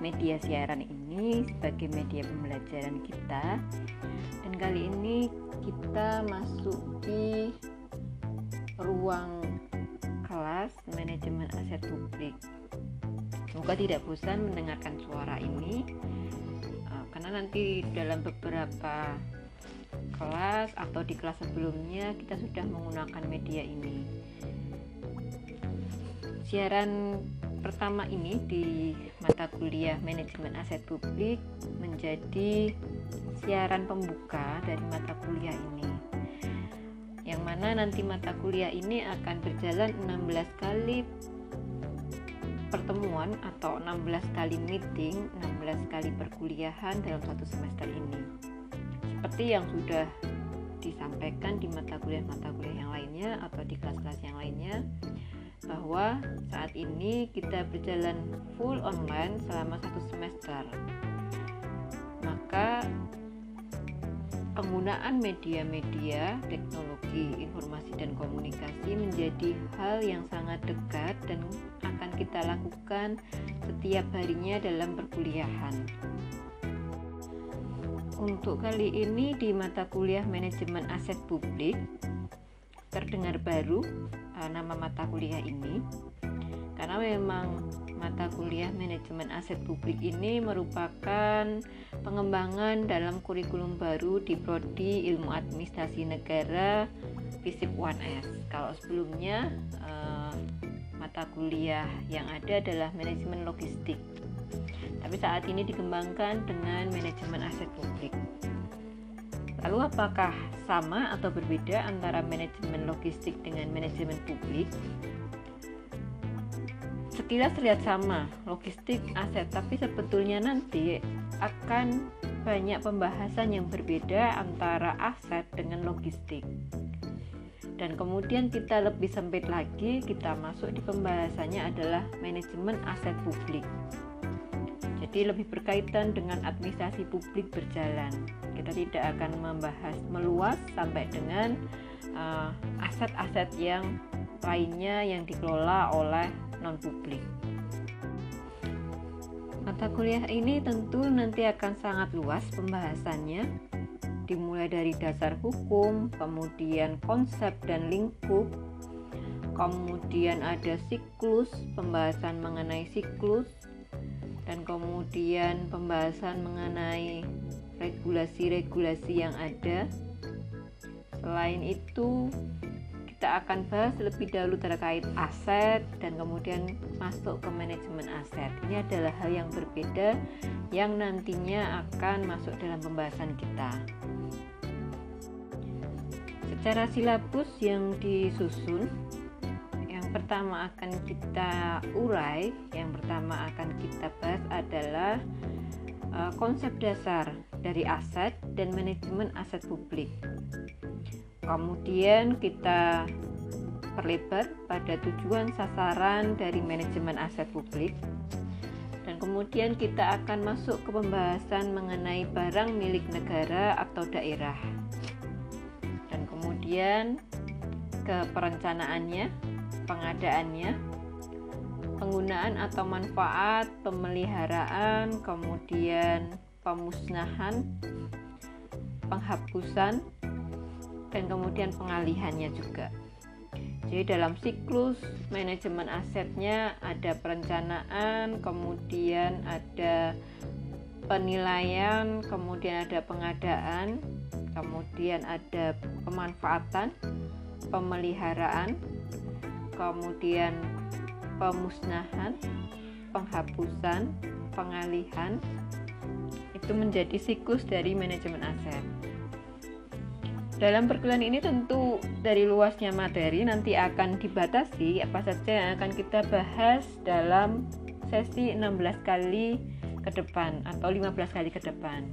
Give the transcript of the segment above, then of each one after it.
media siaran ini sebagai media pembelajaran kita. Dan kali ini kita masuk di ruang kelas manajemen aset publik. Semoga tidak bosan mendengarkan suara ini, karena nanti dalam beberapa kelas atau di kelas sebelumnya kita sudah menggunakan media ini. Siaran pertama ini di mata kuliah manajemen aset publik menjadi siaran pembuka dari mata kuliah ini, yang mana nanti mata kuliah ini akan berjalan 16 kali pertemuan atau 16 kali meeting, 16 kali perkuliahan dalam satu semester ini. Seperti yang sudah disampaikan di mata kuliah yang lainnya atau di kelas-kelas yang lainnya, bahwa saat ini kita berjalan full online selama satu semester. Maka penggunaan media-media teknologi informasi dan komunikasi menjadi hal yang sangat dekat dan akan kita lakukan setiap harinya dalam perkuliahan. Untuk kali ini di mata kuliah manajemen aset publik, terdengar baru nama mata kuliah ini, karena memang mata kuliah manajemen aset publik ini merupakan pengembangan dalam kurikulum baru di Prodi Ilmu Administrasi Negara FISIP 1S. Kalau sebelumnya mata kuliah yang ada adalah manajemen logistik, tapi saat ini dikembangkan dengan manajemen aset publik. Lalu apakah sama atau berbeda antara manajemen logistik dengan manajemen publik? Sekilas terlihat sama, logistik aset, tapi sebetulnya nanti akan banyak pembahasan yang berbeda antara aset dengan logistik. Dan kemudian kita lebih sempit lagi, kita masuk di pembahasannya adalah manajemen aset publik. Jadi lebih berkaitan dengan administrasi publik berjalan. Kita tidak akan membahas meluas sampai dengan aset-aset yang lainnya yang dikelola oleh non-publik. Mata kuliah ini tentu nanti akan sangat luas pembahasannya, dimulai dari dasar hukum, kemudian konsep dan lingkup, kemudian ada siklus, pembahasan mengenai siklus, dan kemudian pembahasan mengenai regulasi-regulasi yang ada. Selain itu, kita akan bahas lebih dahulu terkait aset dan kemudian masuk ke manajemen aset. Ini adalah hal yang berbeda yang nantinya akan masuk dalam pembahasan kita. Secara silabus yang disusun, pertama akan kita urai, yang pertama akan kita bahas adalah konsep dasar dari aset dan manajemen aset publik. Kemudian kita perlebar pada tujuan sasaran dari manajemen aset publik, dan kemudian kita akan masuk ke pembahasan mengenai barang milik negara atau daerah, dan kemudian ke perencanaannya, pengadaannya, penggunaan atau manfaat, pemeliharaan, kemudian pemusnahan, penghapusan, dan kemudian pengalihannya juga. Jadi dalam siklus manajemen asetnya ada perencanaan, kemudian ada penilaian, kemudian ada pengadaan, kemudian ada pemanfaatan, pemeliharaan, kemudian pemusnahan, penghapusan, pengalihan. Itu menjadi siklus dari manajemen aset. Dalam perkuliahan ini tentu dari luasnya materi nanti akan dibatasi apa saja yang akan kita bahas dalam sesi 16 kali ke depan atau 15 kali ke depan.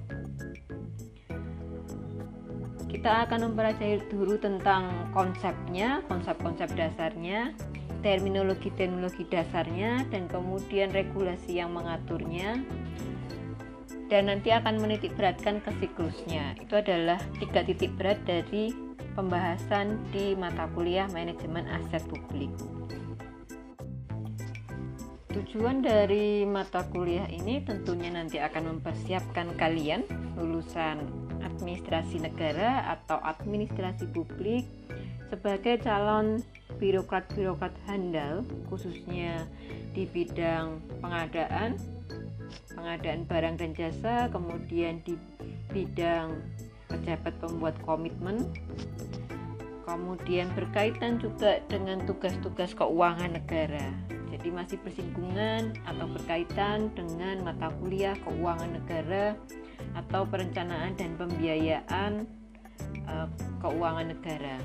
Kita akan mempelajari dulu tentang konsepnya, konsep-konsep dasarnya, terminologi-terminologi dasarnya, dan kemudian regulasi yang mengaturnya, dan nanti akan menitik beratkan ke siklusnya. Itu adalah 3 titik berat dari pembahasan di mata kuliah manajemen aset publik. Tujuan dari mata kuliah ini tentunya nanti akan mempersiapkan kalian lulusan administrasi negara atau administrasi publik sebagai calon birokrat-birokrat handal, khususnya di bidang pengadaan barang dan jasa, kemudian di bidang pejabat pembuat komitmen, kemudian berkaitan juga dengan tugas-tugas keuangan negara. Jadi masih bersinggungan atau berkaitan dengan mata kuliah keuangan negara atau perencanaan dan pembiayaan keuangan negara.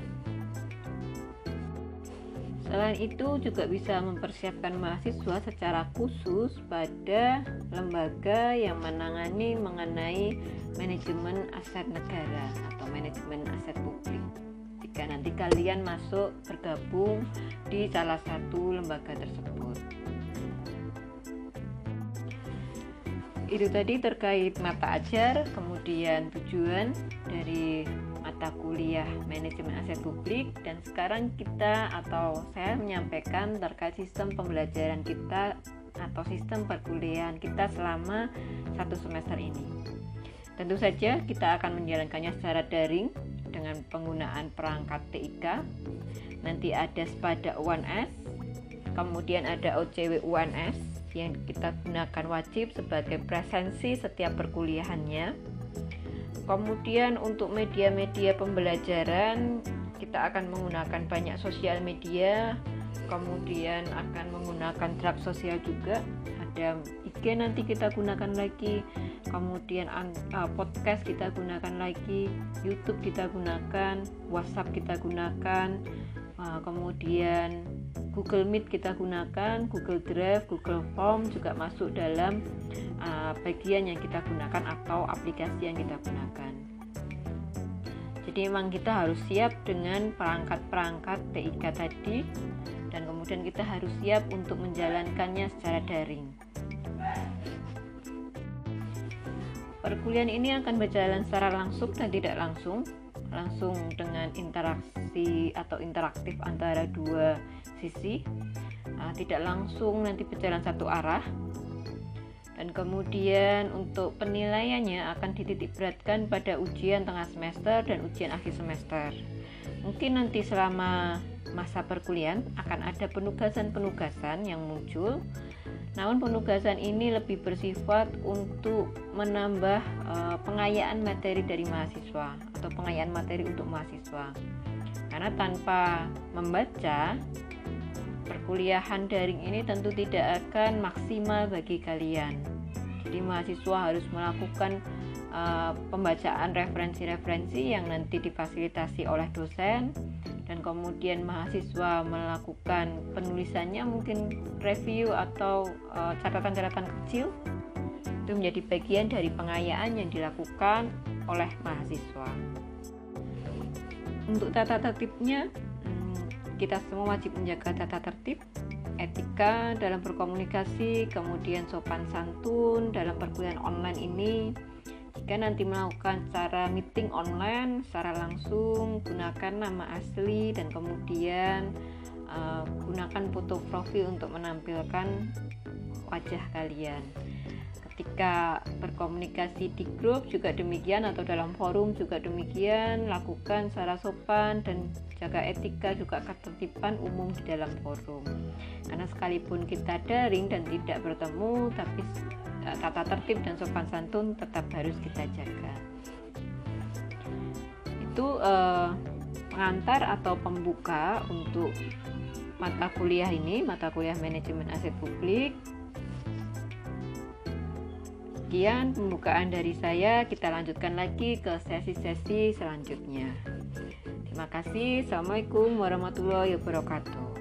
Selain itu juga bisa mempersiapkan mahasiswa secara khusus pada lembaga yang mengenai manajemen aset negara atau manajemen aset publik. Jika nanti kalian masuk bergabung di salah satu lembaga tersebut. Itu tadi terkait mata ajar, kemudian tujuan dari mata kuliah manajemen aset publik, dan sekarang saya menyampaikan terkait sistem pembelajaran kita atau sistem perkuliahan kita selama 1 semester ini. Tentu saja kita akan menjalankannya secara daring dengan penggunaan perangkat TIK. Nanti ada SPADA UNS, kemudian ada OCW UNS yang kita gunakan wajib sebagai presensi setiap perkuliahannya. Kemudian untuk media-media pembelajaran kita akan menggunakan banyak sosial media, kemudian akan menggunakan draft sosial juga. Ada IG nanti kita gunakan lagi, kemudian podcast kita gunakan lagi, YouTube kita gunakan, WhatsApp kita gunakan, kemudian Google Meet kita gunakan, Google Drive, Google Form juga masuk dalam bagian yang kita gunakan atau aplikasi yang kita gunakan. Jadi memang kita harus siap dengan perangkat-perangkat TIK tadi, dan kemudian kita harus siap untuk menjalankannya secara daring. Perkuliahan ini akan berjalan secara langsung dan tidak langsung dengan interaksi atau interaktif antara dua sisi, tidak langsung nanti berjalan satu arah, dan kemudian untuk penilaiannya akan dititik beratkan pada ujian tengah semester dan ujian akhir semester. Mungkin nanti selama masa perkuliahan akan ada penugasan-penugasan yang muncul, namun penugasan ini lebih bersifat untuk menambah pengayaan materi dari mahasiswa atau pengayaan materi untuk mahasiswa. Karena tanpa membaca, perkuliahan daring ini tentu tidak akan maksimal bagi kalian. Jadi mahasiswa harus melakukan pembacaan referensi-referensi yang nanti difasilitasi oleh dosen, dan kemudian mahasiswa melakukan penulisannya, mungkin review atau catatan-catatan kecil. Itu menjadi bagian dari pengayaan yang dilakukan oleh mahasiswa. Untuk tata tertibnya, kita semua wajib menjaga tata tertib, etika dalam berkomunikasi, kemudian sopan santun dalam perkuliahan online ini. Jika nanti melakukan secara meeting online, secara langsung, gunakan nama asli dan kemudian gunakan foto profil untuk menampilkan wajah kalian. Ketika berkomunikasi di grup juga demikian, atau dalam forum juga demikian, lakukan secara sopan dan jaga etika juga ketertiban umum di dalam forum. Karena sekalipun kita daring dan tidak bertemu, tapi tata tertib dan sopan santun tetap harus kita jaga. Itu pengantar atau pembuka untuk mata kuliah ini, mata kuliah manajemen aset publik. Sekian pembukaan dari saya, kita lanjutkan lagi ke sesi-sesi selanjutnya. Terima kasih. Assalamualaikum warahmatullahi wabarakatuh.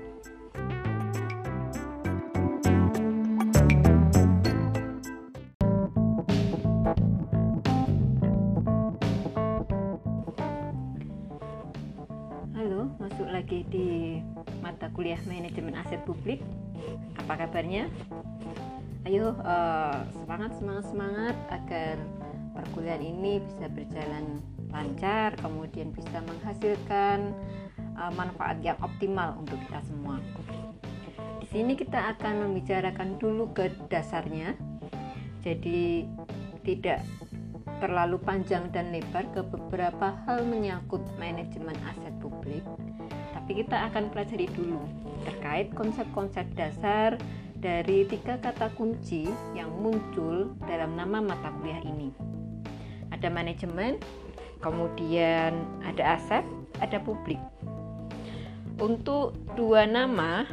Halo, masuk lagi di mata kuliah manajemen aset publik. Apa kabarnya? Ayo semangat agar perkuliahan ini bisa berjalan lancar, kemudian bisa menghasilkan manfaat yang optimal untuk kita semua. Di sini kita akan membicarakan dulu ke dasarnya, jadi tidak terlalu panjang dan lebar ke beberapa hal menyangkut manajemen aset publik, tapi kita akan pelajari dulu terkait konsep-konsep dasar dari 3 kata kunci yang muncul dalam nama mata kuliah ini. Ada manajemen, kemudian ada aset, ada publik. Untuk 2 nama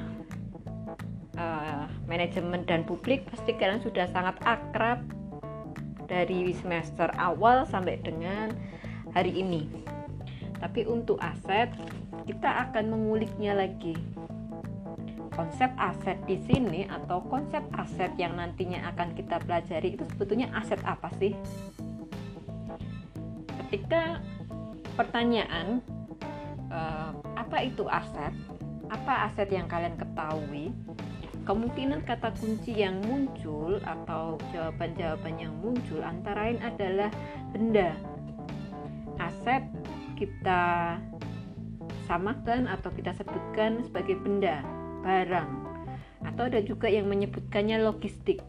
manajemen dan publik pasti kalian sudah sangat akrab dari semester awal sampai dengan hari ini. Tapi untuk aset kita akan menguliknya lagi. Konsep aset di sini atau konsep aset yang nantinya akan kita pelajari itu sebetulnya aset apa sih? Ketika pertanyaan apa itu aset? Apa aset yang kalian ketahui? Kemungkinan kata kunci yang muncul atau jawaban-jawaban yang muncul antara lain adalah benda. Aset kita samakan atau kita sebutkan sebagai benda, barang, atau ada juga yang menyebutkannya logistik.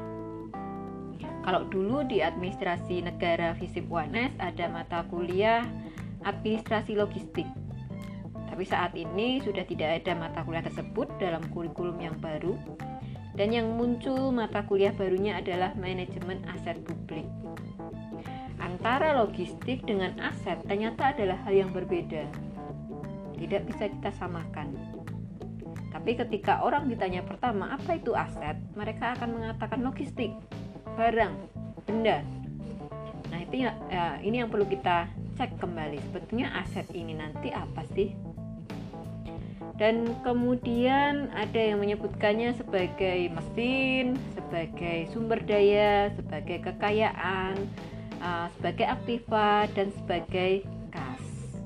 Kalau dulu di administrasi negara FISIP UNS ada mata kuliah administrasi logistik. Tapi saat ini sudah tidak ada mata kuliah tersebut dalam kurikulum yang baru, dan yang muncul mata kuliah barunya adalah manajemen aset publik. Antara logistik dengan aset ternyata adalah hal yang berbeda, tidak bisa kita samakan. Tapi ketika orang ditanya pertama apa itu aset, mereka akan mengatakan logistik, barang, benda. Nah ini yang perlu kita cek kembali, sebetulnya aset ini nanti apa sih? Dan kemudian ada yang menyebutkannya sebagai mesin, sebagai sumber daya, sebagai kekayaan, sebagai aktiva, dan sebagai kas.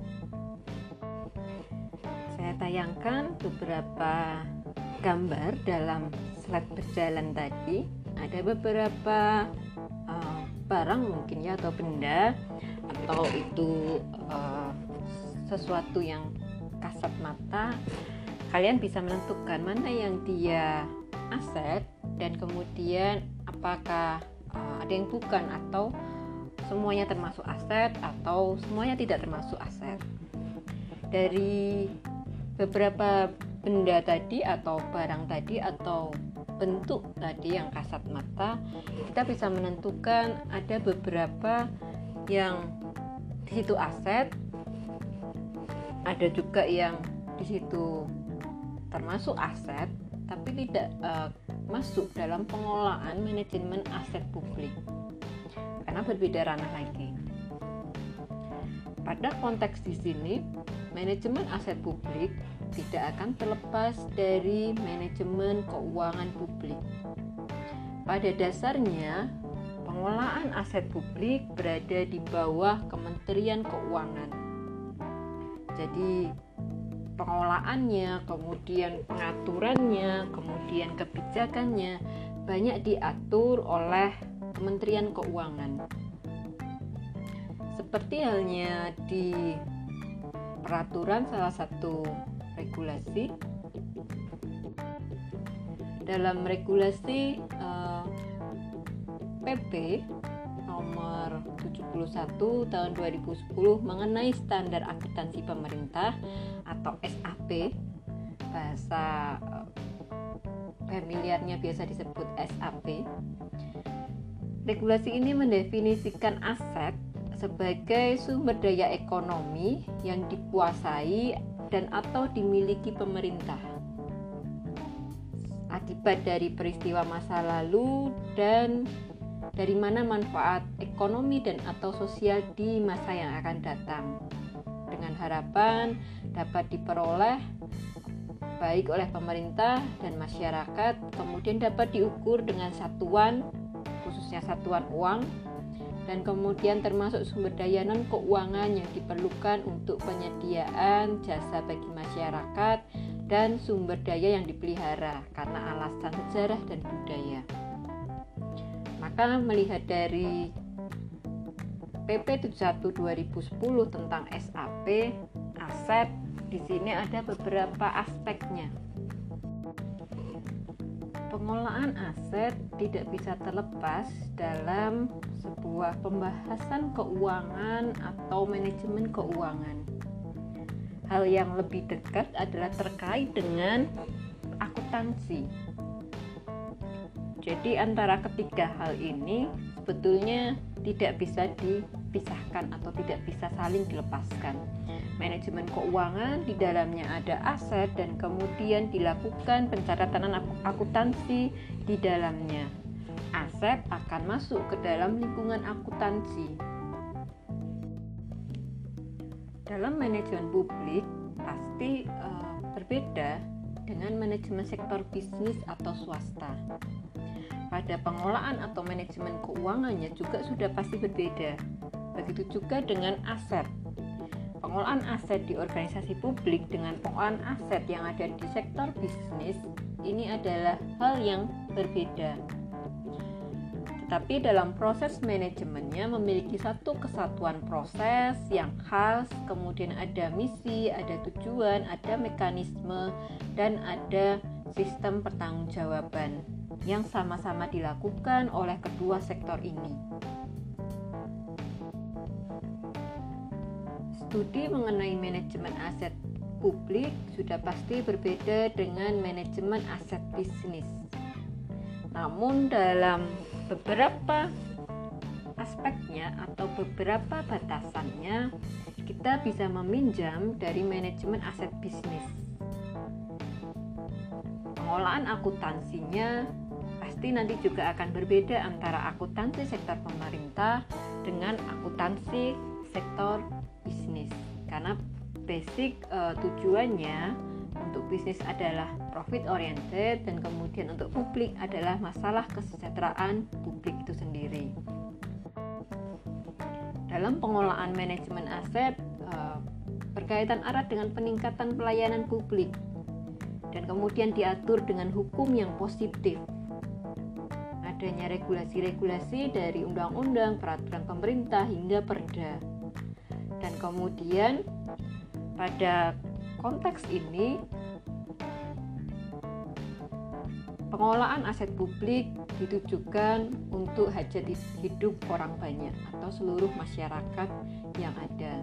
Saya tayangkan beberapa gambar dalam slide berjalan tadi. Ada beberapa barang mungkin ya, atau benda, atau itu sesuatu yang kasat mata. Kalian bisa menentukan mana yang dia aset dan kemudian apakah ada yang bukan, atau semuanya termasuk aset atau semuanya tidak termasuk aset. Dari beberapa benda tadi atau barang tadi atau bentuk tadi yang kasat mata, kita bisa menentukan ada beberapa yang di situ aset, ada juga yang di situ termasuk aset tapi tidak masuk dalam pengelolaan manajemen aset publik karena berbeda ranah lagi. Pada konteks di sini, manajemen aset publik tidak akan terlepas dari manajemen keuangan publik. Pada dasarnya, pengelolaan aset publik berada di bawah Kementerian Keuangan. Jadi pengelolaannya, kemudian pengaturannya, kemudian kebijakannya banyak diatur oleh Kementerian Keuangan. Seperti halnya di peraturan salah satu regulasi. Dalam regulasi PP nomor 71 tahun 2010 mengenai standar akuntansi pemerintah atau SAP, bahasa familiarnya biasa disebut SAP. Regulasi ini mendefinisikan aset sebagai sumber daya ekonomi yang dikuasai dan atau dimiliki pemerintah akibat dari peristiwa masa lalu dan dari mana manfaat ekonomi dan atau sosial di masa yang akan datang, dengan harapan dapat diperoleh baik oleh pemerintah dan masyarakat, kemudian dapat diukur dengan satuan, khususnya satuan uang, dan kemudian termasuk sumber daya non-keuangan yang diperlukan untuk penyediaan jasa bagi masyarakat dan sumber daya yang dipelihara karena alasan sejarah dan budaya. Maka melihat dari PP 71 2010 tentang SAP, aset, di sini ada beberapa aspeknya. Pengelolaan aset tidak bisa terlepas dalam sebuah pembahasan keuangan atau manajemen keuangan. Hal yang lebih dekat adalah terkait dengan akuntansi. Jadi antara ketiga hal ini sebetulnya tidak bisa dipisahkan atau tidak bisa saling dilepaskan. Manajemen keuangan di dalamnya ada aset dan kemudian dilakukan pencatatan akuntansi di dalamnya. Aset akan masuk ke dalam lingkungan akuntansi. Dalam manajemen publik pasti berbeda dengan manajemen sektor bisnis atau swasta. Pada pengelolaan atau manajemen keuangannya juga sudah pasti berbeda. Begitu juga dengan aset. Pengelolaan aset di organisasi publik dengan pengelolaan aset yang ada di sektor bisnis ini adalah hal yang berbeda. Tetapi dalam proses manajemennya memiliki satu kesatuan proses yang khas, kemudian ada misi, ada tujuan, ada mekanisme, dan ada sistem pertanggungjawaban yang sama-sama dilakukan oleh kedua sektor ini. Studi mengenai manajemen aset publik sudah pasti berbeda dengan manajemen aset bisnis. Namun dalam beberapa aspeknya atau beberapa batasannya kita bisa meminjam dari manajemen aset bisnis. Pengelolaan akuntansinya pasti nanti juga akan berbeda antara akuntansi sektor pemerintah dengan akuntansi sektor bisnis, karena basic tujuannya untuk bisnis adalah profit oriented dan kemudian untuk publik adalah masalah kesejahteraan publik itu sendiri. Dalam pengelolaan manajemen aset berkaitan erat dengan peningkatan pelayanan publik dan kemudian diatur dengan hukum yang positif. Adanya regulasi-regulasi dari undang-undang, peraturan pemerintah hingga perda. Dan kemudian pada konteks ini pengelolaan aset publik ditujukan untuk hajat hidup orang banyak atau seluruh masyarakat yang ada.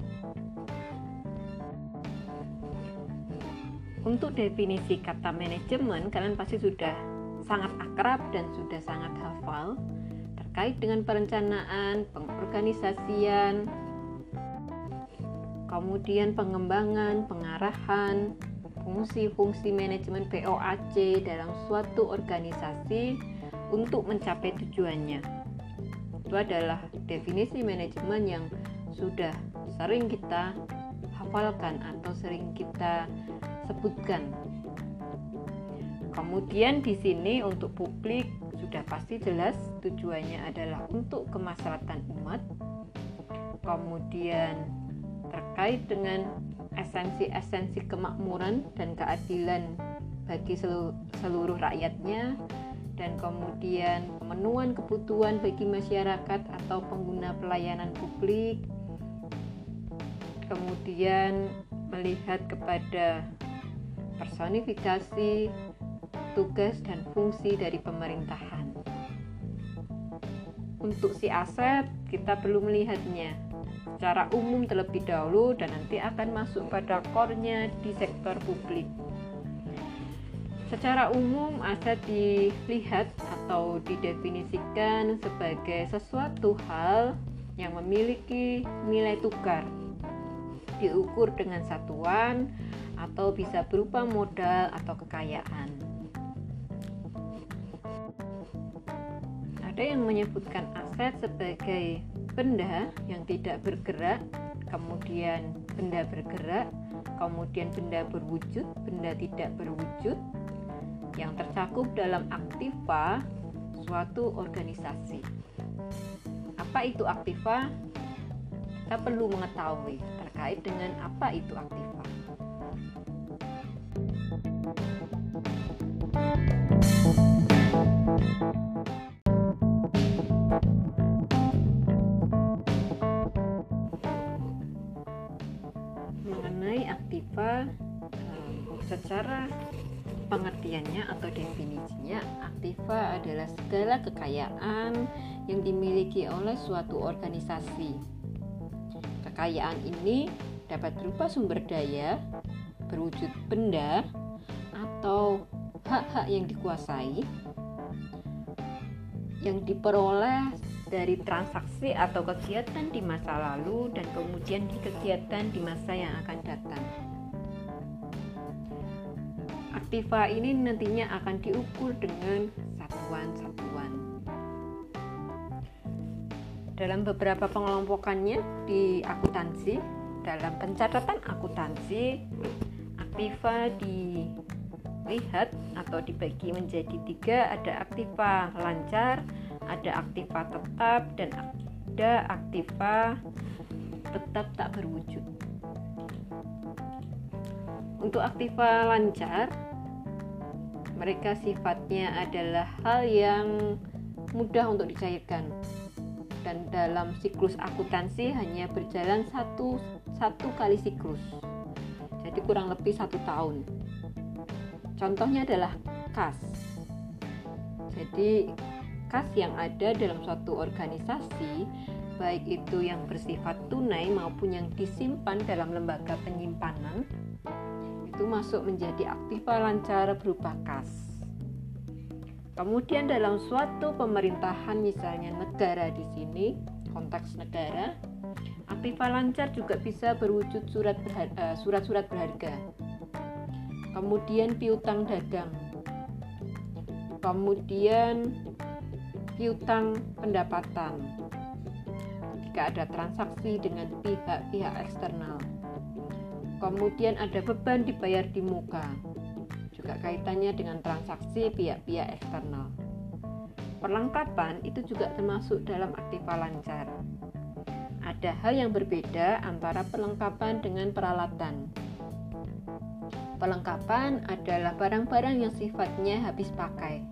Untuk definisi kata manajemen, kalian pasti sudah sangat akrab dan sudah sangat hafal terkait dengan perencanaan, pengorganisasian, kemudian pengembangan, pengarahan, fungsi-fungsi manajemen POAC dalam suatu organisasi untuk mencapai tujuannya. Itu adalah definisi manajemen yang sudah sering kita hafalkan atau sering kita sebutkan. Kemudian di sini untuk publik sudah pasti jelas tujuannya adalah untuk kemaslahatan umat. Kemudian terkait dengan esensi-esensi kemakmuran dan keadilan bagi seluruh rakyatnya, dan kemudian pemenuhan kebutuhan bagi masyarakat atau pengguna pelayanan publik, kemudian melihat kepada personifikasi tugas dan fungsi dari pemerintahan. Untuk si aset kita perlu melihatnya secara umum terlebih dahulu dan nanti akan masuk pada core-nya di sektor publik. Secara umum aset dilihat atau didefinisikan sebagai sesuatu hal yang memiliki nilai tukar, diukur dengan satuan atau bisa berupa modal atau kekayaan. Ada yang menyebutkan aset sebagai benda yang tidak bergerak, kemudian benda bergerak, kemudian benda berwujud, benda tidak berwujud, yang tercakup dalam aktiva suatu organisasi. Apa itu aktiva? Kita perlu mengetahui terkait dengan apa itu aktiva. Mengenai aktiva, secara pengertiannya atau definisinya, aktiva adalah segala kekayaan yang dimiliki oleh suatu organisasi. Kekayaan ini dapat berupa sumber daya, berwujud benda, atau hak-hak yang dikuasai, yang diperoleh dari transaksi atau kegiatan di masa lalu dan kemudian di kegiatan di masa yang akan datang. Aktiva ini nantinya akan diukur dengan satuan-satuan. Dalam beberapa pengelompokannya di akuntansi, dalam pencatatan akuntansi, aktiva dilihat atau dibagi menjadi 3, ada aktiva lancar, ada aktiva tetap, dan ada aktiva tetap tak berwujud. Untuk aktiva lancar, mereka sifatnya adalah hal yang mudah untuk dicairkan, dan dalam siklus akuntansi hanya berjalan satu kali siklus, jadi kurang lebih 1 tahun. Contohnya adalah kas. Jadi kas yang ada dalam suatu organisasi, baik itu yang bersifat tunai maupun yang disimpan dalam lembaga penyimpanan, itu masuk menjadi aktiva lancar berupa kas. Kemudian dalam suatu pemerintahan, misalnya negara di sini, konteks negara, aktiva lancar juga bisa berwujud surat-surat berharga. Kemudian piutang dagang. Kemudian piutang pendapatan. Jika ada transaksi dengan pihak-pihak eksternal. Kemudian ada beban dibayar di muka, juga kaitannya dengan transaksi pihak-pihak eksternal. Perlengkapan itu juga termasuk dalam aktiva lancar. Ada hal yang berbeda antara perlengkapan dengan peralatan. Perlengkapan adalah barang-barang yang sifatnya habis pakai.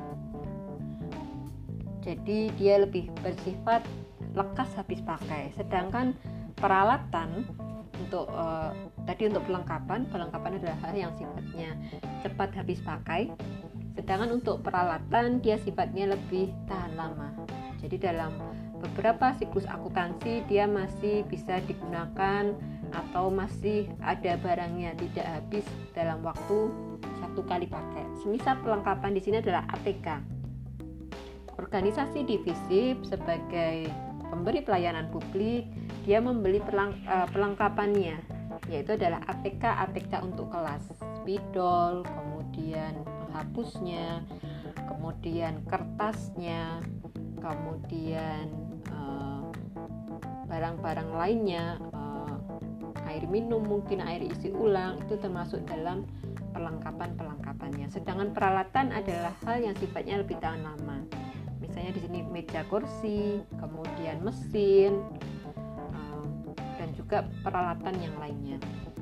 Jadi dia lebih bersifat lekas habis pakai. Sedangkan peralatan untuk perlengkapan adalah hal yang sifatnya cepat habis pakai. Sedangkan untuk peralatan dia sifatnya lebih tahan lama. Jadi dalam beberapa siklus akuntansi dia masih bisa digunakan atau masih ada barangnya, tidak habis dalam waktu 1 kali pakai. Semisal perlengkapan di sini adalah ATK. Organisasi divisi sebagai pemberi pelayanan publik, dia membeli perlengkapannya, yaitu adalah ATK untuk kelas, spidol, kemudian penghapusnya, kemudian kertasnya, kemudian barang-barang lainnya, air minum, mungkin air isi ulang, itu termasuk dalam perlengkapannya. Sedangkan peralatan adalah hal yang sifatnya lebih tahan lama. Misalnya di sini meja kursi, kemudian mesin, dan juga peralatan yang lainnya.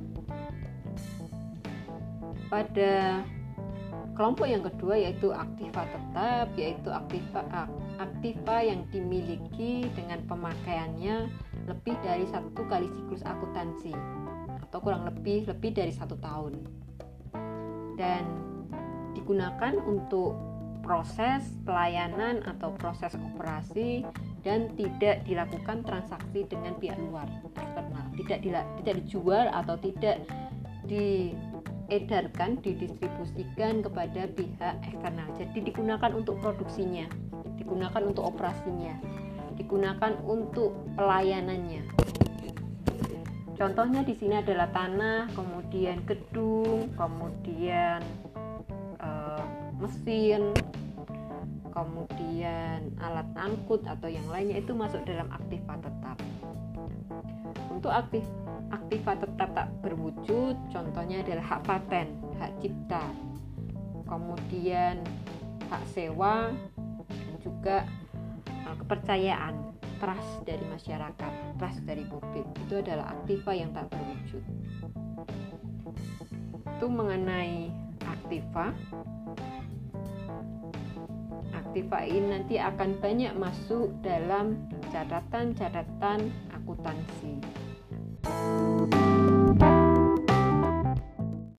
Pada kelompok yang kedua yaitu aktiva tetap, yaitu aktiva yang dimiliki dengan pemakaiannya lebih dari 1 kali siklus akuntansi atau kurang lebih dari 1 tahun, dan digunakan untuk proses pelayanan atau proses operasi dan tidak dilakukan transaksi dengan pihak luar eksternal, tidak dijual atau tidak diedarkan, didistribusikan kepada pihak eksternal. Jadi digunakan untuk produksinya, digunakan untuk operasinya, digunakan untuk pelayanannya. Contohnya di sini adalah tanah, kemudian gedung, kemudian mesin, kemudian alat angkut atau yang lainnya, itu masuk dalam aktiva tetap. Untuk aktiva tetap tak berwujud, contohnya adalah hak paten, hak cipta, kemudian hak sewa, dan juga kepercayaan, trust dari masyarakat, trust dari publik, itu adalah aktiva yang tak berwujud. Itu mengenai aktiva. Aktiva ini nanti akan banyak masuk dalam catatan-catatan akuntansi.